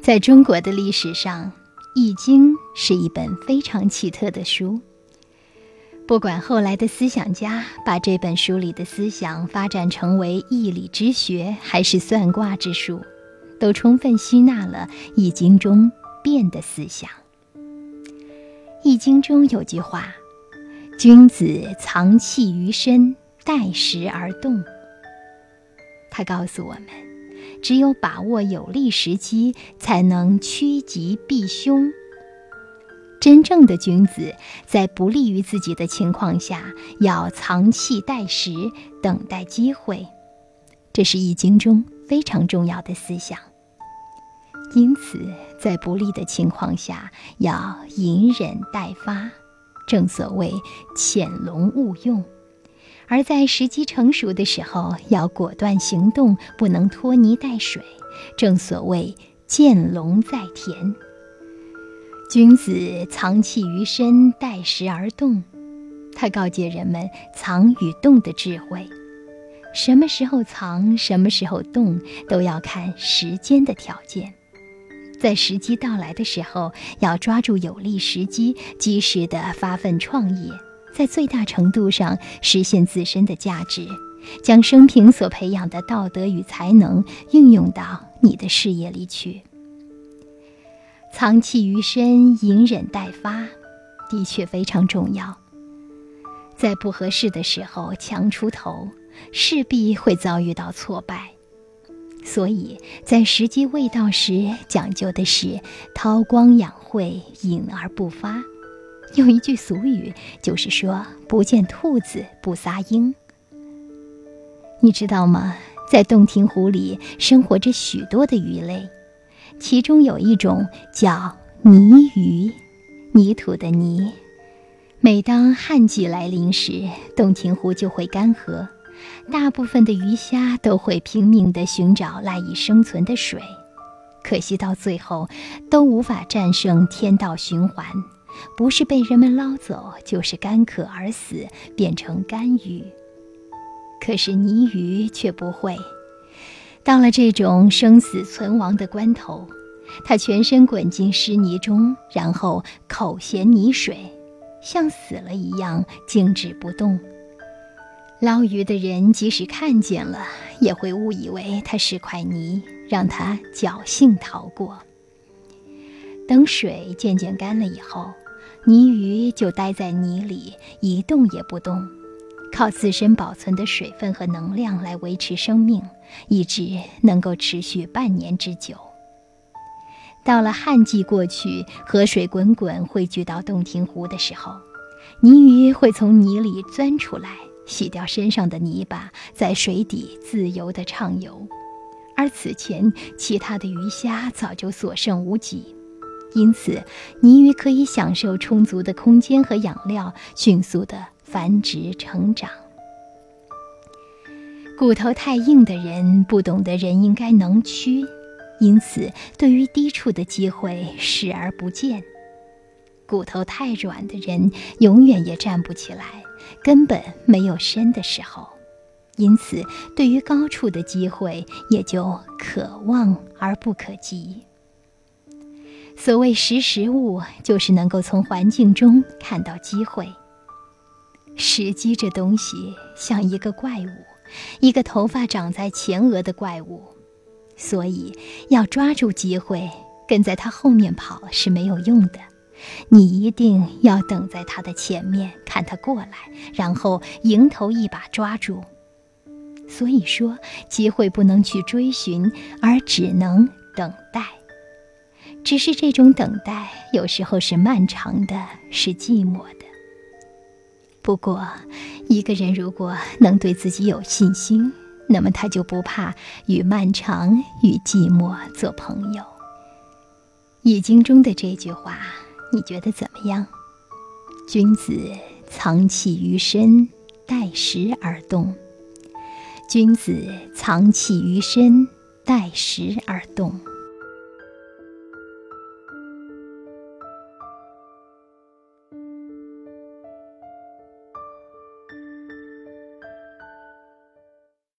在中国的历史上，《易经》是一本非常奇特的书。不管后来的思想家把这本书里的思想发展成为易理之学，还是算卦之术，都充分吸纳了《易经》中变的思想。《易经》中有句话：君子藏器于身，待时而动。它告诉我们，只有把握有利时机，才能趋吉避凶。真正的君子在不利于自己的情况下，要藏器待时，等待机会。这是《易经》中非常重要的思想。因此，在不利的情况下，要隐忍待发，正所谓潜龙勿用。而在时机成熟的时候，要果断行动，不能拖泥带水，正所谓见龙在田。君子藏器于身，待时而动。他告诫人们藏与动的智慧，什么时候藏，什么时候动，都要看时间的条件。在时机到来的时候，要抓住有利时机，及时地发奋创业，在最大程度上实现自身的价值，将生平所培养的道德与才能运用到你的事业里去。藏器于身，隐忍待发，的确非常重要。在不合适的时候强出头，势必会遭遇到挫败。所以在时机未到时，讲究的是韬光养晦，隐而不发。有一句俗语，就是说不见兔子不撒鹰。你知道吗？在洞庭湖里生活着许多的鱼类，其中有一种叫泥鱼，泥土的泥。每当旱季来临时，洞庭湖就会干涸，大部分的鱼虾都会拼命地寻找赖以生存的水，可惜到最后都无法战胜天道循环，不是被人们捞走，就是干渴而死，变成干鱼。可是泥鱼却不会，到了这种生死存亡的关头，它全身滚进湿泥中，然后口衔泥水，像死了一样静止不动。捞鱼的人即使看见了，也会误以为它是块泥，让它侥幸逃过。等水渐渐干了以后，泥鱼就待在泥里，一动也不动，靠自身保存的水分和能量来维持生命，一直能够持续半年之久。到了旱季过去，河水滚滚汇聚到洞庭湖的时候，泥鱼会从泥里钻出来，洗掉身上的泥巴，在水底自由地畅游。而此前其他的鱼虾早就所剩无几，因此泥鱼可以享受充足的空间和养料，迅速地繁殖成长。骨头太硬的人不懂得人应该能屈，因此对于低处的机会视而不见。骨头太软的人永远也站不起来，根本没有伸的时候，因此对于高处的机会也就可望而不可及。所谓识时务，就是能够从环境中看到机会。时机这东西像一个怪物，一个头发长在前额的怪物，所以要抓住机会，跟在他后面跑是没有用的。你一定要等在他的前面，看他过来，然后迎头一把抓住。所以说，机会不能去追寻，而只能等待。只是这种等待有时候是漫长的，是寂寞的。不过一个人如果能对自己有信心，那么他就不怕与漫长与寂寞做朋友。易经中的这句话，你觉得怎么样？君子藏器于身，待时而动。君子藏器于身，待时而动。